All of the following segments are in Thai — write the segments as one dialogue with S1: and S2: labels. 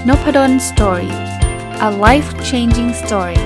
S1: Noppadan Story. A life-changing story.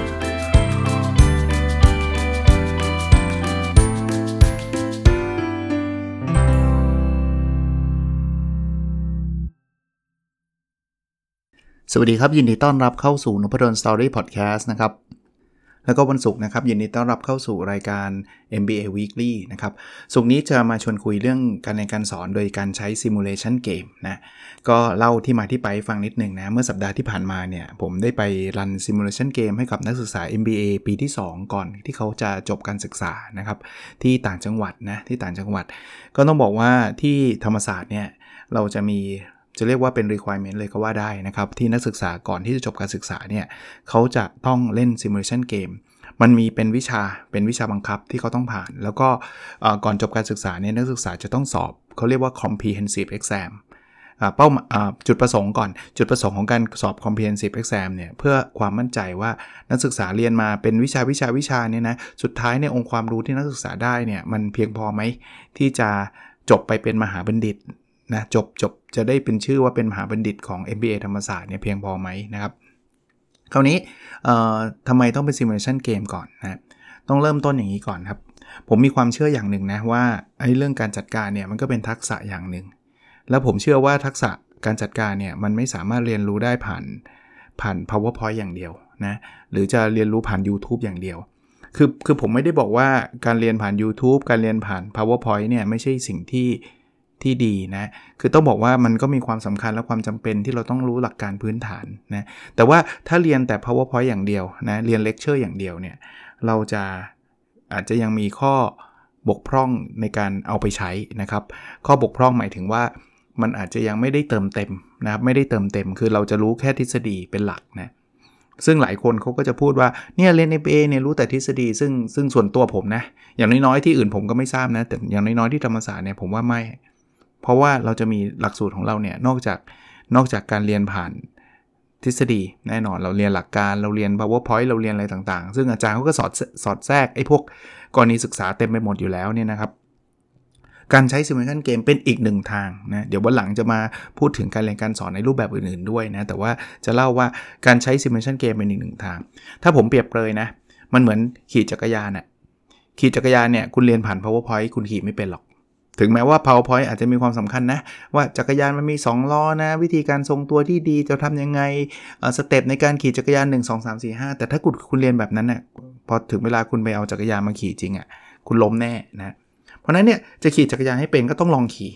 S2: สวัสดีครับยินดีต้อนรับเข้าสู่ Noppadan Story Podcast นะครับแล้วก็วันศุกร์นะครับยินดีต้อนรับเข้าสู่รายการ MBA Weekly นะครับศุกร์นี้จะมาชวนคุยเรื่องการเรียนการสอนโดยการใช้ Simulation Game นะก็เล่าที่มาที่ไปฟังนิดนึงนะเมื่อสัปดาห์ที่ผ่านมาเนี่ยผมได้ไปรัน Simulation Game ให้กับนักศึกษา MBA ปีที่2ก่อนที่เขาจะจบการศึกษานะครับที่ต่างจังหวัดนะที่ต่างจังหวัดก็ต้องบอกว่าที่ธรรมศาสตร์เนี่ยเราจะเรียกว่าเป็น requirement เลยก็ว่าได้นะครับที่นักศึกษาก่อนที่จะจบการศึกษาเนี่ยเขาจะต้องเล่น simulation game มันมีเป็นวิชาบังคับที่เขาต้องผ่านแล้วก็ก่อนจบการศึกษาเนี่ยนักศึกษาจะต้องสอบเขาเรียกว่า comprehensive exam จุดประสงค์ของการสอบ comprehensive exam เนี่ยเพื่อความมั่นใจว่านักศึกษาเรียนมาเป็นวิชาเนี่ยนะสุดท้ายเนี่ยองค์ความรู้ที่นักศึกษาได้เนี่ยมันเพียงพอไหมที่จะจบไปเป็นมหาบัณฑิตนะจบจะได้เป็นชื่อว่าเป็นมหาบัณฑิตของ MBA ธรรมศาสตร์เนี่ยเพียงพอไหมนะครับคราวนี้ทำไมต้องเป็น simulation game ก่อนนะต้องเริ่มต้นอย่างนี้ก่อนครับผมมีความเชื่ออย่างหนึ่งนะว่าเรื่องการจัดการเนี่ยมันก็เป็นทักษะอย่างหนึ่งแล้วผมเชื่อว่าทักษะการจัดการเนี่ยมันไม่สามารถเรียนรู้ได้ผ่าน PowerPoint อย่างเดียวนะหรือจะเรียนรู้ผ่าน YouTube อย่างเดียวคือผมไม่ได้บอกว่าการเรียนผ่าน YouTube การเรียนผ่าน PowerPoint เนี่ยไม่ใช่สิ่งที่ดีนะคือต้องบอกว่ามันก็มีความสำคัญและความจำเป็นที่เราต้องรู้หลักการพื้นฐานนะแต่ว่าถ้าเรียนแต่ PowerPoint อย่างเดียวนะเรียนเลคเชอร์อย่างเดียวเนี่ยเราอาจจะยังมีข้อบกพร่องในการเอาไปใช้นะครับข้อบกพร่องหมายถึงว่ามันอาจจะยังไม่ได้เติมเต็มนะครับไม่ได้เติมเต็มคือเราจะรู้แค่ทฤษฎีเป็นหลักนะซึ่งหลายคนเขาก็จะพูดว่าเนี่ยเรียน MBA เนี่ยรู้แต่ทฤษฎีซึ่งส่วนตัวผมนะอย่างน้อยๆที่อื่นผมก็ไม่ทราบนะแต่อย่างน้อยๆที่ธรรมศาสตร์เนี่ยผมว่าไม่เพราะว่าเราจะมีหลักสูตรของเราเนี่ยนอกจากการเรียนผ่านทฤษฎีแน่นอนเราเรียนหลักการเราเรียน PowerPoint เราเรียนอะไรต่างๆซึ่งอาจารย์เขาก็สอดแทรกไอ้พวกกรณีศึกษาเต็มไปหมดอยู่แล้วเนี่ยนะครับการใช้ Simulation Game เป็นอีกหนึ่งทางนะเดี๋ยววันหลังจะมาพูดถึงการเรียนการสอนในรูปแบบอื่นๆด้วยนะแต่ว่าจะเล่าว่าการใช้ Simulation Game เป็นอีกหนึ่งทางถ้าผมเปรียบเลยนะมันเหมือนขี่จักรยานเนี่ยคุณเรียนผ่าน PowerPoint คุณขี่ไม่เป็นหรอกถึงแม้ว่า PowerPoint อาจจะมีความสำคัญนะว่าจักรยานมันมี2ล้อนะวิธีการทรงตัวที่ดีจะทำยังไงสเต็ปในการขี่จักรยาน1 2 3 4 5แต่ถ้าคุณเรียนแบบนั้นน่ะพอถึงเวลาคุณไปเอาจักรยานมาขี่จริงอ่ะคุณล้มแน่นะเพราะนั้นเนี่ยจะขี่จักรยานให้เป็นก็ต้องลองขี่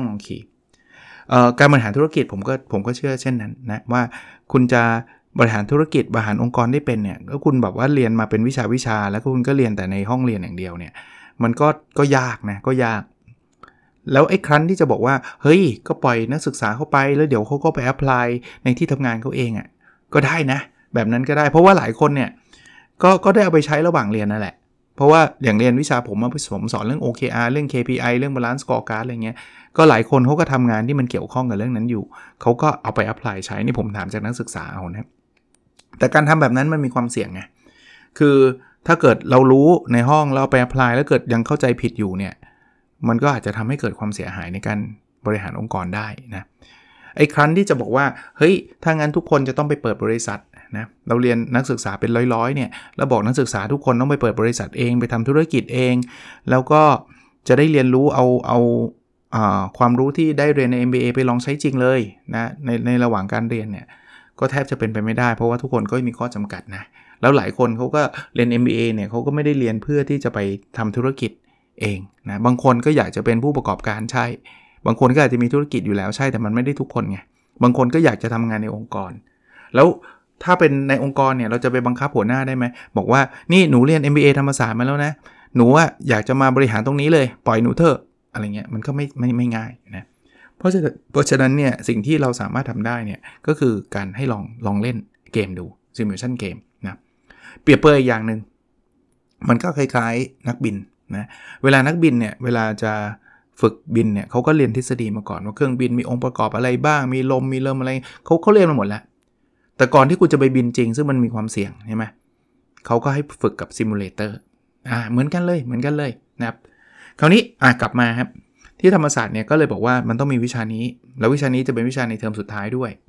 S2: การบริหารธุรกิจผมก็เชื่อเช่นนั้นนะว่าคุณจะบริหารธุรกิจบริหารองค์กรได้เป็นเนี่ยก็คุณแบบว่าเรียนมาเป็นวิชาแล้วคุณก็เรียนแต่ในห้องเรียนอย่างเดียวเนี่ยมันก็ยากนะก็ยากแล้วไอ้ครั้นที่จะบอกว่าเฮ้ยก็ปล่อยนักศึกษาเข้าไปแล้วเดี๋ยวเขาก็ไปแอพพลายในที่ทำงานเขาเองอ่ะก็ได้นะแบบนั้นก็ได้เพราะว่าหลายคนเนี่ยก็ได้เอาไปใช้ระหว่างเรียนนั่นแหละเพราะว่าอย่างเรียนวิชาผมสอนเรื่อง OKR เรื่อง KPI เรื่อง Balance Scorecard อะไรเงี้ยก็หลายคนเขาก็ทำงานที่มันเกี่ยวข้องกับเรื่องนั้นอยู่เขาก็เอาไปแอพพลายใช้นี่ผมถามจากนักศึกษาเอานะแต่การทำแบบนั้นมันมีความเสี่ยงไงคือถ้าเกิดเรารู้ในห้องเราไปแอพพลายแล้วเกิดยังเข้าใจผิดอยู่เนี่ยมันก็อาจจะทำให้เกิดความเสียหายในการบริหารองค์กรได้นะไอ้ครั้นที่จะบอกว่าเฮ้ยถ้างั้นทุกคนจะต้องไปเปิดบริษัทนะเราเรียนนักศึกษาเป็นร้อยๆเนี่ยแล้วบอกนักศึกษาทุกคนต้องไปเปิดบริษัทเองไปทำธุรกิจเองแล้วก็จะได้เรียนรู้เอาความรู้ที่ได้เรียนใน MBA ไปลองใช้จริงเลยนะในระหว่างการเรียนเนี่ยก็แทบจะเป็นไปไม่ได้เพราะว่าทุกคนก็มีข้อจำกัดนะแล้วหลายคนเขาก็เรียน MBA เนี่ยเขาก็ไม่ได้เรียนเพื่อที่จะไปทำธุรกิจเองนะบางคนก็อยากจะเป็นผู้ประกอบการใช่บางคนก็อาจจะมีธุรกิจอยู่แล้วใช่แต่มันไม่ได้ทุกคนไงบางคนก็อยากจะทำงานในองค์กรแล้วถ้าเป็นในองค์กรเนี่ยเราจะไปบังคับหัวหน้าได้ไหมบอกว่านี่หนูเรียน MBA ธรรมศาสตร์มาแล้วนะหนูอยากจะมาบริหารตรงนี้เลยปล่อยหนูเถอะอะไรเงี้ยมันก็ไม่ง่ายนะเพราะฉะนั้นเนี่ยสิ่งที่เราสามารถทำได้เนี่ยก็คือการให้ลองเล่นเกมดู simulation game นะเปรียบเปรยอย่างนึงมันก็คล้ายๆนักบินนะเวลานักบินเนี่ยเวลาจะฝึกบินเนี่ยเขาก็เรียนทฤษฎีมาก่อนว่าเครื่องบินมีองค์ประกอบอะไรบ้างมีลมมีเริ่มอะไรเขาเรียนมาหมดแล้วแต่ก่อนที่คุณจะไปบินจริงซึ่งมันมีความเสี่ยงใช่ไหมเขาก็ให้ฝึกกับซิมูเลเตอร์เหมือนกันเลยนะครับคราวนี้กลับมาครับที่ธรรมศาสตร์เนี่ยก็เลยบอกว่ามันต้องมีวิชานี้แล้ววิชานี้จะเป็นวิชาในเทอมสุดท้ายด้วย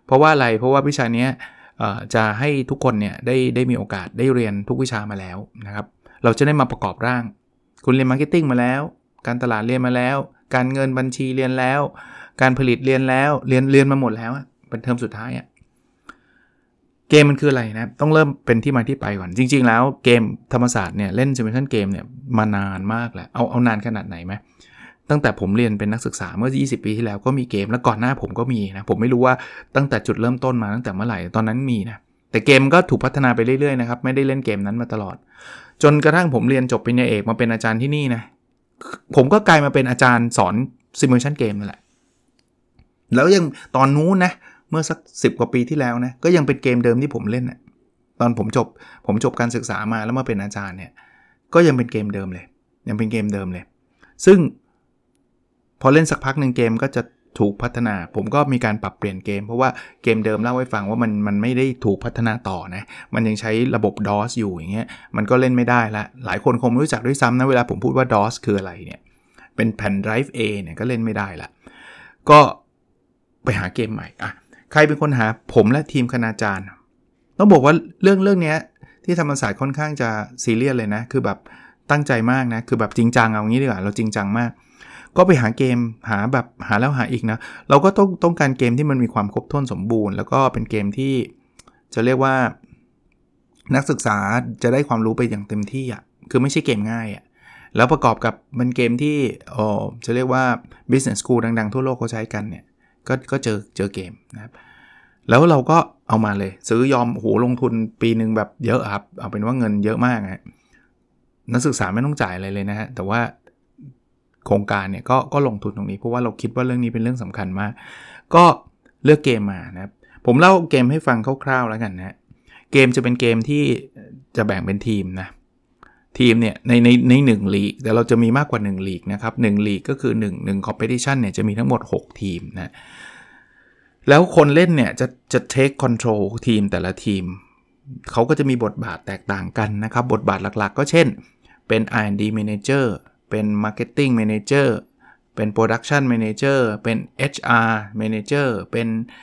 S2: เพราะว่าอะไรเพราะว่าวิชานี้จะให้ทุกคนเนี่ยได้มีโอกาสได้เรียนทุกวิชามาแล้วนะครับเราจะได้มาประกอบร่างคุณเรียนมาร์เก็ตติ้งมาแล้วการตลาดเรียนมาแล้วการเงินบัญชีเรียนแล้วการผลิตเรียนแล้วเรียนมาหมดแล้วเป็นเทอมสุดท้ายเกมมันคืออะไรนะต้องเริ่มเป็นที่มาที่ไปก่อนจริงๆแล้วเกมธรรมศาสตร์เนี่ยเล่นซิมูเลชันเกมเนี่ยมานานมากแล้วเอานานขนาดไหนไหมตั้งแต่ผมเรียนเป็นนักศึกษาเมื่อ20 ปีที่แล้วก็มีเกมแล้วก่อนหน้าผมก็มีนะผมไม่รู้ว่าตั้งแต่จุดเริ่มต้นมาตั้งแต่เมื่อไหร่ตอนนั้นมีนะแต่เกมก็ถูกพัฒนาไปเรื่อยๆนะครับไม่ได้เล่นเกมนั้นมาตลอดจนกระทั่งผมเรียนจบปริญญาเอกมาเป็นอาจารย์ที่นี่นะผมก็กลายมาเป็นอาจารย์สอนซิมูเลชันเกมนั่นแหละแล้วยังตอนนู้นนะเมื่อสัก10 กว่าปีที่แล้วนะก็ยังเป็นเกมเดิมที่ผมเล่นนะตอนผมจบการศึกษามาแล้วมาเป็นอาจารย์เนี่ยก็ยังเป็นเกมเดิมเลยยังเป็นเกมเดิมเลยซึ่งพอเล่นสักพักนึงเกมก็จะถูกพัฒนาผมก็มีการปรับเปลี่ยนเกมเพราะว่าเกมเดิมเล่าให้ฟังว่ามันไม่ได้ถูกพัฒนาต่อนะมันยังใช้ระบบ DOS อยู่อย่างเงี้ยมันก็เล่นไม่ได้ละหลายคนคงไม่รู้จักด้วยซ้ำนะเวลาผมพูดว่า DOS คืออะไรเนี่ยเป็นแผ่นไดรฟ์ A เนี่ยก็เล่นไม่ได้ละก็ไปหาเกมใหม่ใครเป็นคนหาผมและทีมคณาจารย์ต้องบอกว่าเรื่องนี้ที่ธรรมศาสตร์ค่อนข้างจะซีเรียสเลยนะคือแบบตั้งใจมากนะคือแบบจริงจังเอางี้ดีกว่าเราจริงจังมากก็ไปหาเกมหาแล้วหาอีกนะเราก็ต้องการเกมที่มันมีความครบถ้วนสมบูรณ์แล้วก็เป็นเกมที่จะเรียกว่านักศึกษาจะได้ความรู้ไปอย่างเต็มที่คือไม่ใช่เกมง่ายแล้วประกอบกับมันเกมที่จะเรียกว่า business school ดังๆทั่วโลกเขาใช้กันเนี่ยก็เจอเกมนะครับแล้วเราก็เอามาเลยซื้อยอมลงทุนปีนึงแบบเยอะครับเอาเป็นว่าเงินเยอะมากนักศึกษาไม่ต้องจ่ายอะไรเลยนะฮะแต่ว่าโครงการเนี่ยก็ลงทุนตรงนี้เพราะว่าเราคิดว่าเรื่องนี้เป็นเรื่องสำคัญมากก็เลือกเกมมานะครับผมเล่าเกมให้ฟังคร่าวๆแล้วกันนะเกมจะเป็นเกมที่จะแบ่งเป็นทีมนะทีมเนี่ยใน1ลีกแต่เราจะมีมากกว่า1ลีกนะครับ1ลีกก็คือ1 competition เนี่ยจะมีทั้งหมด6ทีมนะแล้วคนเล่นเนี่ยจะ take control ทีมแต่ละทีมเขาก็จะมีบทบาทแตกต่างกันนะครับบทบาทหลักๆก็เช่นเป็น R&D manager เป็น marketing manager เป็น production manager เป็น HR manager เป็น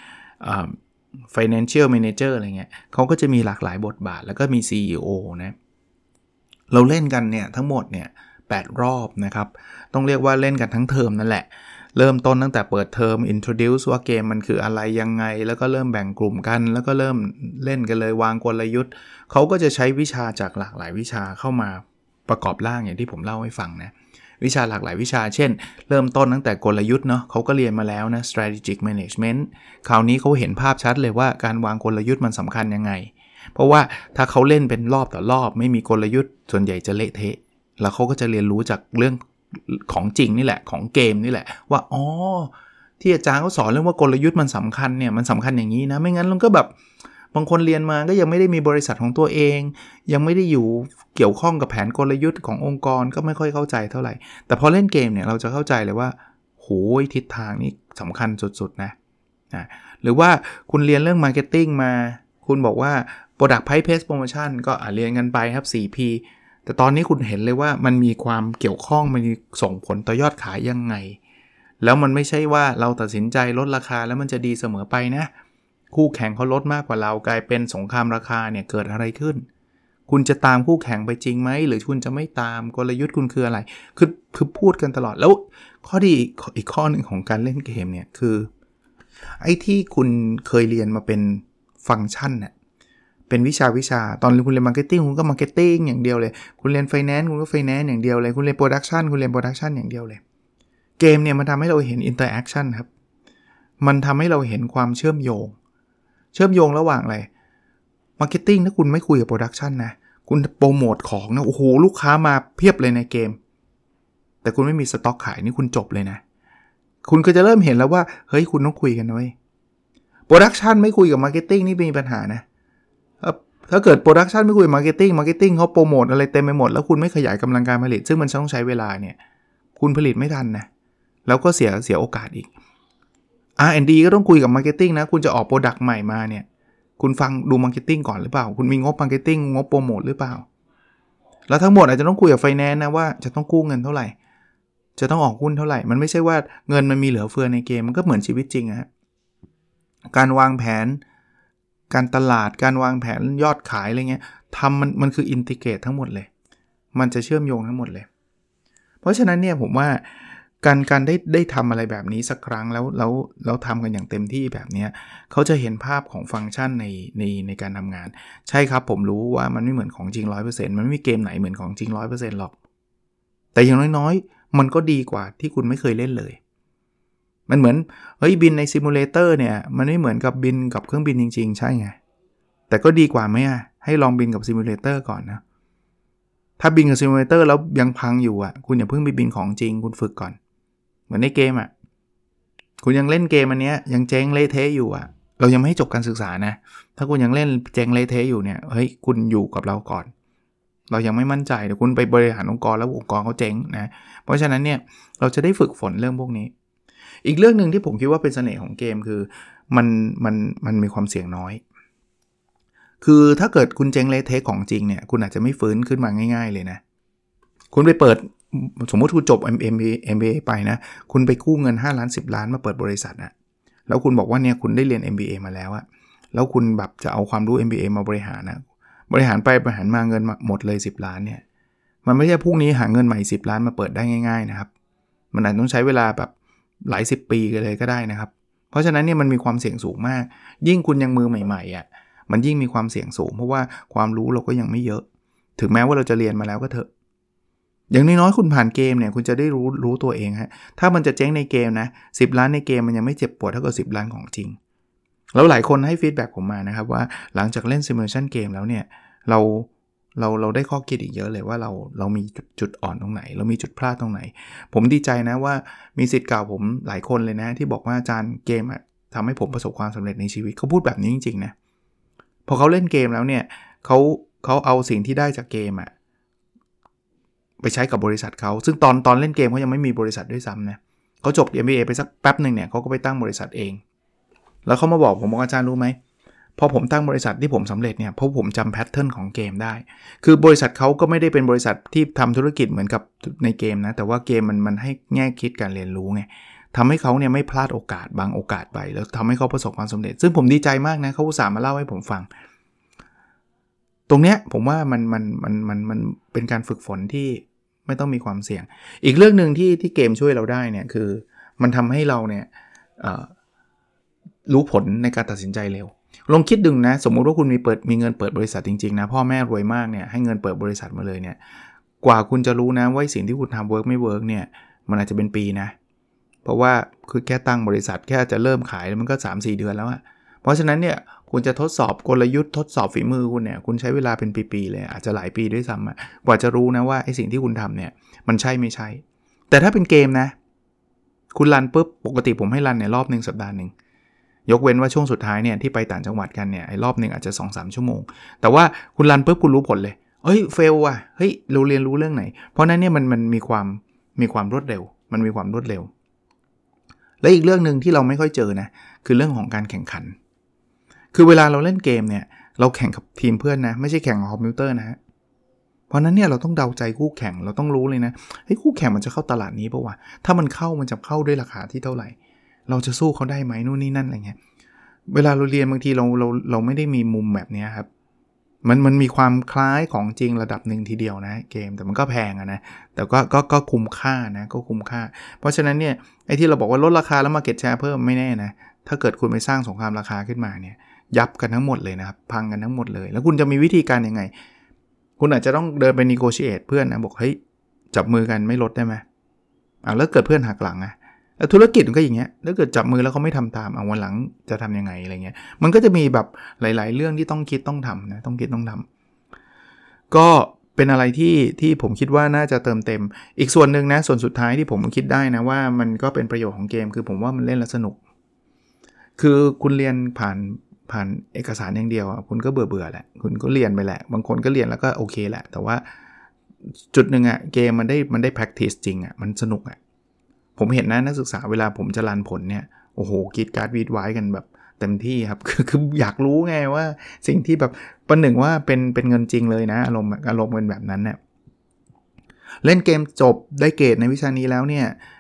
S2: financial manager อะไรเงี้ยเขาก็จะมีหลากหลายบทบาทแล้วก็มี CEO นะเราเล่นกันเนี่ยทั้งหมดเนี่ย8รอบนะครับต้องเรียกว่าเล่นกันทั้งเทอมนั่นแหละเริ่มต้นตั้งแต่เปิดเทอม introduce ว่าเกมมันคืออะไรยังไงแล้วก็เริ่มแบ่งกลุ่มกันแล้วก็เริ่มเล่นกันเลยวางกลยุทธ์เขาก็จะใช้วิชาจากหลากหลายวิชาเข้ามาประกอบร่างอย่างที่ผมเล่าให้ฟังนะวิชาหลากหลายวิชาเช่นเริ่มต้นตั้งแต่กลยุทธ์เนาะเขาก็เรียนมาแล้วนะ strategic management คราวนี้เขาเห็นภาพชัดเลยว่าการวางกลยุทธ์มันสำคัญยังไงเพราะว่าถ้าเขาเล่นเป็นรอบต่อรอบไม่มีกลยุทธ์ส่วนใหญ่จะเละเทะแล้วเขาก็จะเรียนรู้จากเรื่องของจริงนี่แหละของเกมนี่แหละว่าที่อาจารย์เขาสอนเรื่องว่ากลยุทธ์มันสำคัญเนี่ยมันสำคัญอย่างนี้นะไม่งั้นเราก็แบบบางคนเรียนมาก็ยังไม่ได้มีบริษัทของตัวเองยังไม่ได้อยู่เกี่ยวข้องกับแผนกลยุทธ์ขององค์กรก็ไม่ค่อยเข้าใจเท่าไหร่แต่พอเล่นเกมเนี่ยเราจะเข้าใจเลยว่าโหยทิศทางนี้สำคัญสุดๆนะหรือว่าคุณเรียนเรื่อง marketing มาคุณบอกว่า product price pace promotion ก็เรียนกันไปครับ 4P แต่ตอนนี้คุณเห็นเลยว่ามันมีความเกี่ยวข้องมันมีส่งผลต่อยอดขายยังไงแล้วมันไม่ใช่ว่าเราตัดสินใจลดราคาแล้วมันจะดีเสมอไปนะคู่แข่งเขาลดมากกว่าเรากลายเป็นสงครามราคาเนี่ยเกิดอะไรขึ้นคุณจะตามคู่แข่งไปจริงไหมหรือคุณจะไม่ตามกลยุทธ์คุณคืออะไรคือพูดกันตลอดแล้วข้อดีอีกข้อนึงของการเล่นเกมเนี่ยคือไอ้ที่คุณเคยเรียนมาเป็นฟังก์ชันเนี่ยเป็นวิชาตอนคุณเรียนมาร์เก็ตติ้งคุณก็มาร์เก็ตติ้งอย่างเดียวเลยคุณเรียนไฟแนนซ์คุณก็ไฟแนนซ์อย่างเดียวเลยคุณเรียนโปรดักชันคุณเรียนโปรดักชันอย่างเดียวเลยเกมเนี่ยมันทำให้เราเห็นอินเตอร์แอคชั่นครับมันทำให้เราเห็นความเชื่อมโยงระหว่างอะไรมาร์เก็ตติ้งถ้าคุณไม่คุยกับโปรดักชันนะคุณโปรโมทของนะโอ้โหลูกค้ามาเพียบเลยในเกมแต่คุณไม่มีสต็อกขายนี่คุณจบเลยนะคุณก็จะเริ่มเห็นแล้วว่าเฮ้ยคุณต้องคุยกันด้วยโปรดักชันไม่คุยกับมาร์เก็ตติ้งนี่มีปัญหานะถ้าเกิดโปรดักชันไม่คุยมาร์เก็ตติ้งเขาโปรโมทอะไรเต็มไปหมดแล้วคุณไม่ขยายกำลังการผลิตซึ่งมันต้องใช้เวลาเนี่ยคุณผลิตไม่ทันนะแล้วก็เสียโอกาสอีก R&D ก็ต้องคุยกับมาร์เก็ตติ้งนะคุณจะออกโปรดักต์ใหม่มาเนี่ยคุณฟังดูมาร์เก็ตติ้งก่อนหรือเปล่าคุณมีงบมาร์เก็ตติ้งงบโปรโมทหรือเปล่าแล้วทั้งหมดอาจจะต้องคุยกับไฟแนนซ์นะว่าจะต้องกู้เงินเท่าไหร่จะต้องออกหุ้นเท่าไหร่มันไม่ใช่ว่าเงินมันมีเหลือเฟือในเกมมันก็เหมือนชีวิตจริงฮะการวางแผนการตลาดการวางแผนยอดขายอะไรเงี้ยทำมันคืออินทิเกรตทั้งหมดเลยมันจะเชื่อมโยงทั้งหมดเลยเพราะฉะนั้นเนี่ยผมว่าการได้ทำอะไรแบบนี้สักครั้งแล้วทำกันอย่างเต็มที่แบบนี้เขาจะเห็นภาพของฟังก์ชันในการทำงานใช่ครับผมรู้ว่ามันไม่เหมือนของจริง 100% มันไม่มีเกมไหนเหมือนของจริง 100% หรอกแต่อย่างน้อยๆมันก็ดีกว่าที่คุณไม่เคยเล่นเลยมันเหมือนบินในซิมูเลเตอร์เนี่ยมันไม่เหมือนกับบินกับเครื่องบินจริงๆใช่ไงแต่ก็ดีกว่าไหมให้ลองบินกับซิมูเลเตอร์ก่อนนะถ้าบินกับซิมูเลเตอร์แล้วยังพังอยู่คุณอย่าเพิ่งไปบินของจริงคุณฝึกก่อนเหมือนในเกมคุณยังเล่นเกมอันเนี้ยยังเจ๊งเละเทะอยู่เรายังไม่ให้จบการศึกษานะถ้าคุณยังเล่นเจ๊งเละเทะอยู่เนี่ยคุณอยู่กับเราก่อนเรายังไม่มั่นใจเดี๋ยวคุณไปบริหารองค์กรแล้วองค์กรเขาเจ๊งนะเพราะฉะนั้นเนี่ยเราจะได้ฝึกฝนเรื่องพวกนี้อีกเรื่องนึงที่ผมคิดว่าเป็นเสน่ห์ของเกมคือมันมีความเสี่ยงน้อยคือถ้าเกิดคุณเจ๊งเละเทะของจริงเนี่ยคุณอาจจะไม่ฟื้นขึ้นมาง่ายๆเลยนะคุณไปเปิดสมมุติคุณจบ MBA ไปนะคุณไปกู้เงิน5ล้าน10ล้านมาเปิดบริษัทแล้วคุณบอกว่าเนี่ยคุณได้เรียน MBA มาแล้วแล้วคุณแบบจะเอาความรู้ MBA มาบริหารบริหารไปบริหารมาเงินหมดเลย10ล้านเนี่ยมันไม่ใช่พรุ่งนี้หาเงินใหม่10ล้านมาเปิดได้ง่ายๆนะครับมันอาจต้องใช้เวลาแบบหลาย10ปีกันเลยก็ได้นะครับเพราะฉะนั้นเนี่ยมันมีความเสี่ยงสูงมากยิ่งคุณยังมือใหม่ๆมันยิ่งมีความเสี่ยงสูงเพราะว่าความรู้เราก็ยังไม่เยอะถึงแม้ว่าเราจะเรียนมาแล้วก็เถอะอย่างน้อยๆคุณผ่านเกมเนี่ยคุณจะได้รู้ตัวเองถ้ามันจะเจ๊งในเกมนะ10ล้านในเกมมันยังไม่เจ็บปวดเท่ากับ10ล้านของจริงแล้วหลายคนให้ฟีดแบ็กผมมานะครับว่าหลังจากเล่นซิมูเลชันเกมแล้วเนี่ยเราได้ข้อคิดอีกเยอะเลยว่าเรามีจุดอ่อนตรงไหนเรามีจุดพลาดตรงไหนผมดีใจนะว่ามีศิษย์เก่าผมหลายคนเลยนะที่บอกว่าอาจารย์เกมทำให้ผมประสบความสำเร็จในชีวิตเขาพูดแบบนี้จริงๆนะพอเขาเล่นเกมแล้วเนี่ยเขาเอาสิ่งที่ได้จากเกมไปใช้กับบริษัทเขาซึ่งตอนเล่นเกมเขายังไม่มีบริษัทด้วยซ้ำนะเขาจบ MBA ไปสักแป๊บนึงเนี่ยเขาก็ไปตั้งบริษัทเองแล้วเขามาบอกผมอาจารย์รู้ไหมพอผมตั้งบริษัทที่ผมสำเร็จเนี่ยเพราะผมจำแพทเทิร์นของเกมได้คือบริษัทเขาก็ไม่ได้เป็นบริษัทที่ทำธุรกิจเหมือนกับในเกมนะแต่ว่าเกมมันให้แง่คิดการเรียนรู้ไงทำให้เขาเนี่ยไม่พลาดโอกาสบางโอกาสไปแล้วทำให้เขาประสบความสำเร็จซึ่งผมดีใจมากนะเขาอุตส่าห์มาเล่าให้ผมฟังตรงเนี้ยผมว่ามันเป็นการฝึกฝนที่ไม่ต้องมีความเสี่ยงอีกเรื่องนึงที่เกมช่วยเราได้เนี่ยคือมันทำให้เราเนี่ยรู้ผลในการตัดสินใจเร็วลองคิดดูนะสมมุติว่าคุณมีเงินเปิดบริษัทจริงๆนะพ่อแม่รวยมากเนี่ยให้เงินเปิดบริษัทมาเลยเนี่ยกว่าคุณจะรู้นะว่าสิ่งที่คุณทำเวิร์กไม่เวิร์กเนี่ยมันอาจจะเป็นปีนะเพราะว่าคือแค่ตั้งบริษัทแค่จะเริ่มขายมันก็ 3-4 เดือนแล้วเพราะฉะนั้นเนี่ยคุณจะทดสอบกลยุทธ์ทดสอบฝีมือคุณเนี่ยคุณใช้เวลาเป็นปีๆเลยอาจจะหลายปีด้วยซ้ำกว่าจะรู้นะว่าไอ้สิ่งที่คุณทำเนี่ยมันใช่ไม่ใช่แต่ถ้าเป็นเกมนะคุณรันปุ๊บปกติผมให้รันเนี่ยรอบนึงสัปดาห์นึงยกเว้นว่าช่วงสุดท้ายเนี่ยที่ไปต่างจังหวัดกันเนี่ยไอ้รอบนึงอาจจะ 2-3 ชั่วโมงแต่ว่าคุณรันปุ๊บคุณรู้ผลเลยเฟลเราเรียนรู้เรื่องไหนเพราะนั้นเนี่ยมันมีความรวดเร็วมันมีความรวดเร็วและอีกเรื่องนึงที่เราไม่ค่อยเจอนะคือเรื่องของการแข่งขันคือเวลาเราเล่นเกมเนี่ยเราแข่งกับทีมเพื่อนนะไม่ใช่แข่งกับคอมพิวเตอร์นะเพราะนั้นเนี่ยเราต้องเดาใจคู่แข่งเราต้องรู้เลยนะคู่แข่งมันจะเข้าตลาดนี้ป่าววะถ้ามันจะเข้าด้วยราคาที่เท่าไหร่เราจะสู้เขาได้ไหมนู่นนี่นั่นอะไรเงี้ยเวลาเราเรียนบางทีเราไม่ได้มีมุมแบบนี้ครับมันมีความคล้ายของจริงระดับหนึ่งทีเดียวนะเกมแต่มันก็แพงนะแต่ก็คุ้มค่านะก็คุ้มค่าเพราะฉะนั้นเนี่ยไอ้ที่เราบอกว่าลดราคาแล้ว market share เพิ่มไม่แน่นะถ้าเกิดคุณไปสร้างสงครามราคาขึ้นมาเนี่ยยับกันทั้งหมดเลยนะครับพังกันทั้งหมดเลยแล้วคุณจะมีวิธีการยังไงคุณอาจจะต้องเดินไป negotiate เพื่อนนะบอกจับมือกันไม่ลดได้ไหมแล้วเกิดเพื่อนหักหลังแล้วธุรกิจมันก็อย่างเงี้ยถ้าเกิดจับมือแล้วเขาไม่ทำตามวันหลังจะทำยังไงอะไรเงี้ยมันก็จะมีแบบหลายๆเรื่องที่ต้องคิดต้องทำนะต้องคิดต้องทำก็เป็นอะไรที่ผมคิดว่าน่าจะเติมเต็มอีกส่วนนึงนะส่วนสุดท้ายที่ผมคิดได้นะว่ามันก็เป็นประโยชน์ของเกมคือผมว่ามันเล่นแล้วสนุกคือคุณเรียนผ่านเอกสารอย่างเดียวคุณก็เบื่อแหละคุณก็เรียนไปแหละบางคนก็เรียนแล้วก็โอเคแหละแต่ว่าจุดนึงเกมมันได้ practice จริงมันสนุกผมเห็นนะนักศึกษาเวลาผมจะรันผลเนี่ยโอ้โหกรีดการ์ดวีดไว้กันแบบเต็มที่ครับคืออยากรู้ไงว่าสิ่งที่แบบประหนึ่งว่าเป็นเงินจริงเลยนะอารมณ์เป็นแบบนั้นเนี่ยเล่นเกมจบได้เกรดในวิชานี้แล้วเนี่ย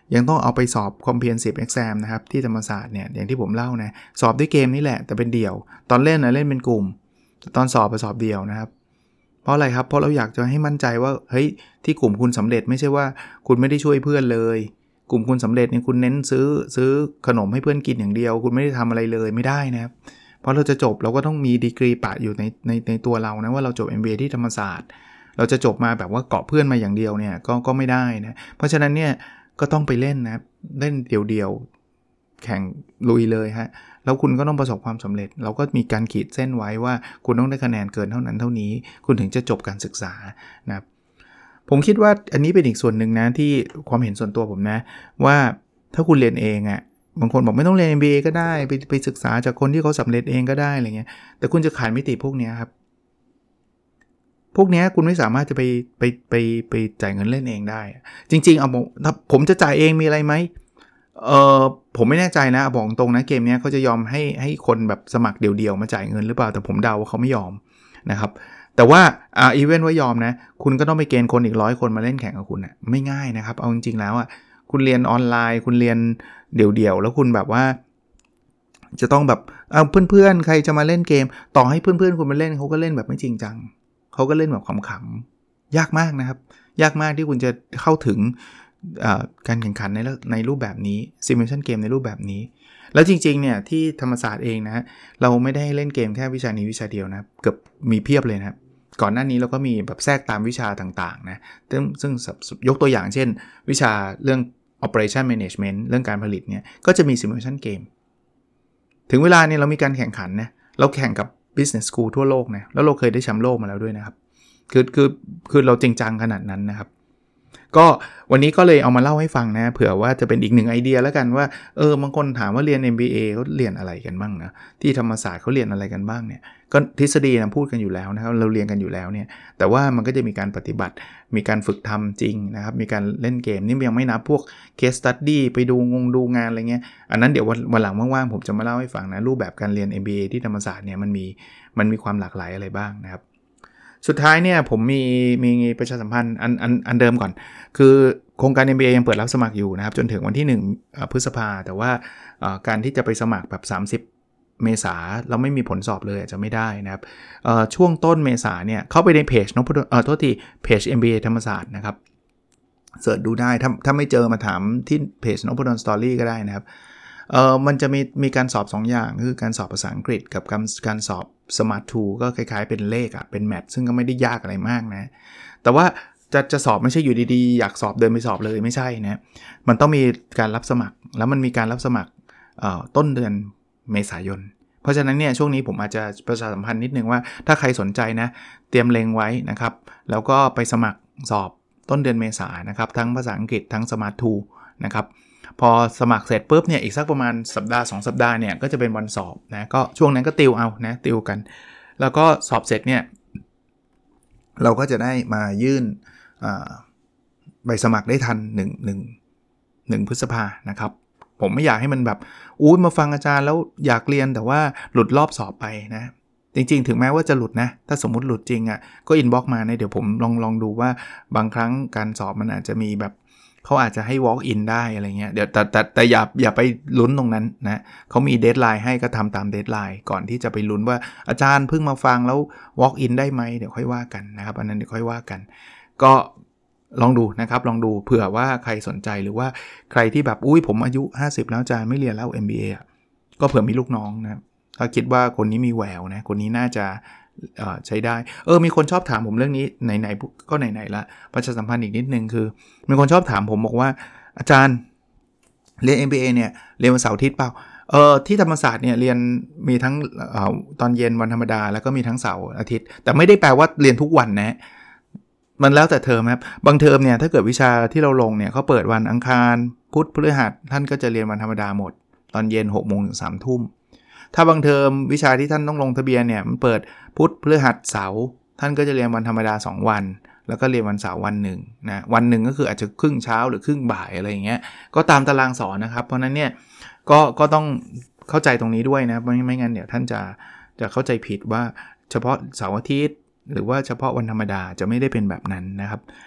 S2: ยังต้องเอาไปสอบ comprehensive exam นะครับที่ธรรมศาสตร์เนี่ยอย่างที่ผมเล่านะสอบด้วยเกมนี่แหละแต่เป็นเดี่ยวตอนเล่นนะเล่นเป็นกลุ่มตอนสอบไปสอบเดี่ยวนะครับเพราะอะไรครับเพราะเราอยากจะให้มั่นใจว่าเฮ้ยที่กลุ่มคุณสำเร็จไม่ใช่ว่าคุณไม่ได้ช่วยเพื่อนเลยกลุ่มคุณสำเร็จเนี่ยคุณเน้นซื้อขนมให้เพื่อนกินอย่างเดียวคุณไม่ได้ทำอะไรเลยไม่ได้นะครับเพราะเราจะจบเราก็ต้องมีดีกรีปะอยู่ในตัวเรานะว่าเราจบ MBA ที่ธรรมศาสตร์เราจะจบมาแบบว่าเกาะเพื่อนมาอย่างเดียวเนี่ยก็ไม่ได้นะเพราะฉะนั้นเนี่ยก็ต้องไปเล่นนะครับเล่นเดี่ยวๆแข่งลุยเลยฮะแล้วคุณก็ต้องประสบความสำเร็จเราก็มีการขีดเส้นไว้ว่าคุณต้องได้คะแนนเกินเท่านั้นเท่านี้คุณถึงจะจบการศึกษานะครับผมคิดว่าอันนี้เป็นอีกส่วนหนึ่งนะที่ความเห็นส่วนตัวผมนะว่าถ้าคุณเรียนเองอ่ะบางคนบอกไม่ต้องเรียน MBA ก็ได้ไปศึกษาจากคนที่เขาสำเร็จเองก็ได้อะไรเงี้ยแต่คุณจะขาดมิติพวกนี้ครับพวกนี้คุณไม่สามารถจะไปจ่ายเงินเล่นเองได้จริงๆเอาถ้าผมจะจ่ายเองมีอะไรไหมผมไม่แน่ใจนะบอกตรงนะเกมนี้เขาจะยอมให้คนแบบสมัครเดี่ยวๆมาจ่ายเงินหรือเปล่าแต่ผมเดาว่าเขาไม่ยอมนะครับแต่ว่าอีเวนต์ว่ายอมนะคุณก็ต้องไปเกณฑ์คนอีก100คนมาเล่นแข่งกับคุณนะไม่ง่ายนะครับเอาจริงๆแล้วคุณเรียนออนไลน์คุณเรียนเดี่ยวๆแล้วคุณแบบว่าจะต้องแบบเพื่อนๆใครจะมาเล่นเกมต่อให้เพื่อนๆคุณมาเล่นเขาก็เล่นแบบไม่จริงจังเขาก็เล่นแบบขำๆยากมากนะครับยากมากที่คุณจะเข้าถึงการแข่งขันในรูปแบบนี้ simulation เกมในรูปแบบนี้แล้วจริงๆเนี่ยที่ธรรมศาสตร์เองนะเราไม่ได้เล่นเกมแค่วิชานี้วิชาเดียวนะเกือบมีเพียบเลยนะครับก่อนหน้านี้เราก็มีแบบแทรกตามวิชาต่างๆนะซึ่งยกตัวอย่างเช่นวิชาเรื่อง operation management เรื่องการผลิตเนี่ยก็จะมี simulation เกมถึงเวลาเนี่ยเรามีการแข่งขันนะเราแข่งกับ business school ทั่วโลกนะแล้วเราเคยได้แชมป์โลกมาแล้วด้วยนะครับคือเราจริงจังขนาดนั้นนะครับก็วันนี้ก็เลยเอามาเล่าให้ฟังนะเผื่อว่าจะเป็นอีกหนึ่งไอเดียแล้วกันว่าบางคนถามว่าเรียน MBA เขาเรียนอะไรกันบ้างนะที่ธรรมศาสตร์เขาเรียนอะไรกันบ้างเนี่ยก็ทฤษฎีนะพูดกันอยู่แล้วนะครับเราเรียนกันอยู่แล้วเนี่ยแต่ว่ามันก็จะมีการปฏิบัติมีการฝึกทำจริงนะครับมีการเล่นเกมนี่ยังไม่นับพวก case study ไปดูงานอะไรเงี้ยอันนั้นเดี๋ยววันหลังว่างๆผมจะมาเล่าให้ฟังนะรูปแบบการเรียน MBA ที่ธรรมศาสตร์เนี่ยมันมีความหลากหลายอะไรบ้างนะครับสุดท้ายเนี่ยผมมีประชาสัมพันธ์อันเดิมก่อนคือโครงการ MBA ยังเปิดรับสมัครอยู่นะครับจนถึงวันที่1พฤษภาแต่ว่าการที่จะไปสมัครแบบ30เมษาเราไม่มีผลสอบเลยอาจจะไม่ได้นะครับช่วงต้นเมษาเนี่ยเข้าไปในเพจโทษทีเพจ MBA ธรรมศาสตร์นะครับเสิร์ชดูได้ถ้าไม่เจอมาถามที่เพจ Nopodon Story ก็ได้นะครับมันจะมีการสอบ2อย่างคือการสอบภาษาอังกฤษกับการสอบ Smart 2ก็คล้ายๆเป็นเลขเป็นแมทซึ่งก็ไม่ได้ยากอะไรมากนะแต่ว่าจะสอบไม่ใช่อยู่ดีๆอยากสอบเดินไปสอบเลยไม่ใช่นะมันต้องมีการรับสมัครแล้วมันมีการรับสมัครต้นเดือนเมษายนเพราะฉะนั้นเนี่ยช่วงนี้ผมอาจจะประชาสัมพันธ์นิดนึงว่าถ้าใครสนใจนะเตรียมเล็งไว้นะครับแล้วก็ไปสมัครสอบต้นเดือนเมษายนนะครับทั้งภาษาอังกฤษทั้ง Smart 2นะครับพอสมัครเสร็จปุ๊บเนี่ยอีกสักประมาณสัปดาห์2สัปดาห์เนี่ยก็จะเป็นวันสอบนะก็ช่วงนั้นก็ติวเอานะติวกันแล้วก็สอบเสร็จเนี่ยเราก็จะได้มายื่นใบสมัครได้ทัน1พฤษภานะครับผมไม่อยากให้มันแบบมาฟังอาจารย์แล้วอยากเรียนแต่ว่าหลุดรอบสอบไปนะจริงๆถึงแม้ว่าจะหลุดนะถ้าสมมุติหลุดจริงก็อินบ็อกซ์มานะเดี๋ยวผมลองดูว่าบางครั้งการสอบมันอาจจะมีแบบเขาอาจจะให้ walk in ได้อะไรเงี้ยเดี๋ยวแต่อย่าไปลุ้นตรงนั้นนะเขามีเดดไลน์ให้ก็ทำตามเดดไลน์ก่อนที่จะไปลุ้นว่าอาจารย์เพิ่งมาฟังแล้ว walk in ได้ไหมเดี๋ยวค่อยว่ากันนะครับอันนั้นเดี๋ยวค่อยว่ากันก็ลองดูนะครับลองดูเผื่อว่าใครสนใจหรือว่าใครที่แบบผมอายุ50แล้วอาจารย์ไม่เรียนแล้ว MBA ก็เผื่อมีลูกน้องนะถ้าคิดว่าคนนี้มีแววนะคนนี้น่าจะใช้ได้มีคนชอบถามผมเรื่องนี้ไหนๆก็ไหนๆละประชาสัมพันธ์อีกนิดนึงคือมีคนชอบถามผมบอกว่าอาจารย์เรียน MBA เนี่ยเรียนวันเสาร์อาทิตย์เปล่าที่ธรรมศาสตร์เนี่ยเรียนมีทั้งตอนเย็นวันธรรมดาแล้วก็มีทั้งเสาร์อาทิตย์แต่ไม่ได้แปลว่าเรียนทุกวันนะมันแล้วแต่เทอมครับบางเทอมเนี่ยถ้าเกิดวิชาที่เราลงเนี่ยเขาเปิดวันอังคารพุธพฤหัสท่านก็จะเรียนวันธรรมดาหมดตอนเย็น 6:00 นถึง 3:00 นถ้าบางเทอมวิชาที่ท่านต้องลงทะเบียนเนี่ยมันเปิดพุธพฤหัสเสาร์ท่านก็จะเรียนวันธรรมดา2วันแล้วก็เรียนวันเสาร์วันหนึ่งนะวันหนึ่งก็คืออาจจะครึ่งเช้าหรือครึ่งบ่ายอะไรอย่างเงี้ยก็ตามตารางสอนนะครับเพราะนั้นเนี่ยก็ต้องเข้าใจตรงนี้ด้วยนะไม่งั้นเดี๋ยวท่านจะเข้าใจผิดว่าเฉพาะเสาร์อาทิตย์หรือว่าเฉพาะวันธรรมดาจะไม่ได้เป็นแบบนั้นนะครับ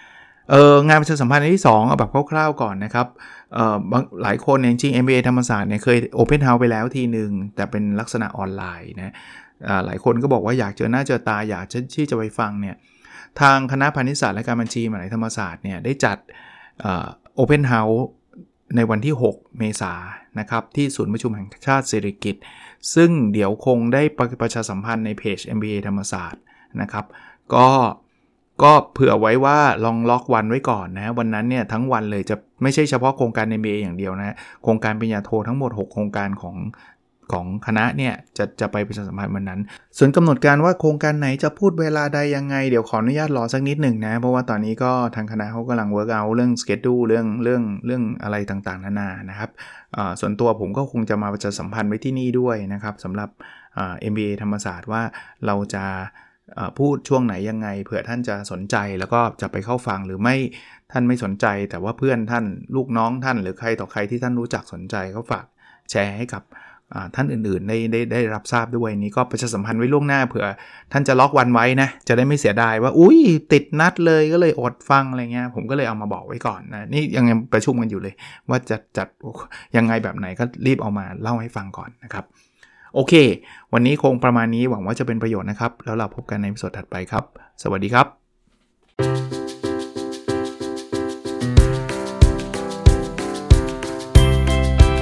S2: งานประชาสัมพันธ์ที่2เอาแบบคร่าวๆก่อนนะครับหลายคนเนี่ยจริงๆ MBA ธรรมศาสตร์เนี่ยเคย Open House ไปแล้วทีนึงแต่เป็นลักษณะออนไลน์นะหลายคนก็บอกว่าอยากเจอหน้าเจอตาอยากที่จะไปฟังเนี่ยทางคณะพาณิชยศาสตร์และการบัญชีมหาวิทยาลัยธรรมศาสตร์เนี่ยได้จัดOpen House ในวันที่6เมษายนนะครับที่ศูนย์ประชุมแห่งชาติสิริกิติ์ซึ่งเดี๋ยวคงได้ประชาสัมพันธ์ในเพจ MBA ธรรมศาสตร์นะครับก็เผื่อไว้ว่าลองล็อกวันไว้ก่อนนะวันนั้นเนี่ยทั้งวันเลยจะไม่ใช่เฉพาะโครงการ MBA อย่างเดียวนะโครงการปริญญาโททั้งหมด6โครงการของคณะเนี่ยจะไปประชาสัมพันธ์วันนั้นส่วนกำหนดการว่าโครงการไหนจะพูดเวลาใดยังไงเดี๋ยวขออนุญาตรอสักนิดหนึ่งนะเพราะว่าตอนนี้ก็ทางคณะเขากำลังเวิร์กเอาเรื่อง schedule เรื่องอะไรต่างๆนานานะครับส่วนตัวผมก็คงจะมาประชาสัมพันธ์ไว้ที่นี่ด้วยนะครับสำหรับMBA ธรรมศาสตร์ว่าเราจะพูดช่วงไหนยังไงเผื่อท่านจะสนใจแล้วก็จะไปเข้าฟังหรือไม่ท่านไม่สนใจแต่ว่าเพื่อนท่านลูกน้องท่านหรือใครต่อใครที่ท่านรู้จักสนใจก็ฝากแชร์ให้กับท่านอื่นๆได้รับทราบด้วยนี้ก็ประชาสัมพันธ์ไว้ล่วงหน้าเผื่อท่านจะล็อกวันไว้นะจะได้ไม่เสียดายว่าอุ้ยติดนัดเลยก็เลยอดฟังอะไรเงี้ยผมก็เลยเอามาบอกไว้ก่อนนะนี่ยังประชุมกันอยู่เลยว่าจะจัดยังไงแบบไหนก็รีบเอามาเล่าให้ฟังก่อนนะครับโอเควันนี้คงประมาณนี้หวังว่าจะเป็นประโยชน์นะครับแล้วเราพบกันในตอนถัดไปครับสวัสดีครับ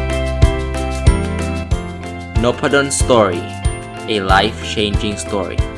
S3: Nopadon Story, a life-changing story.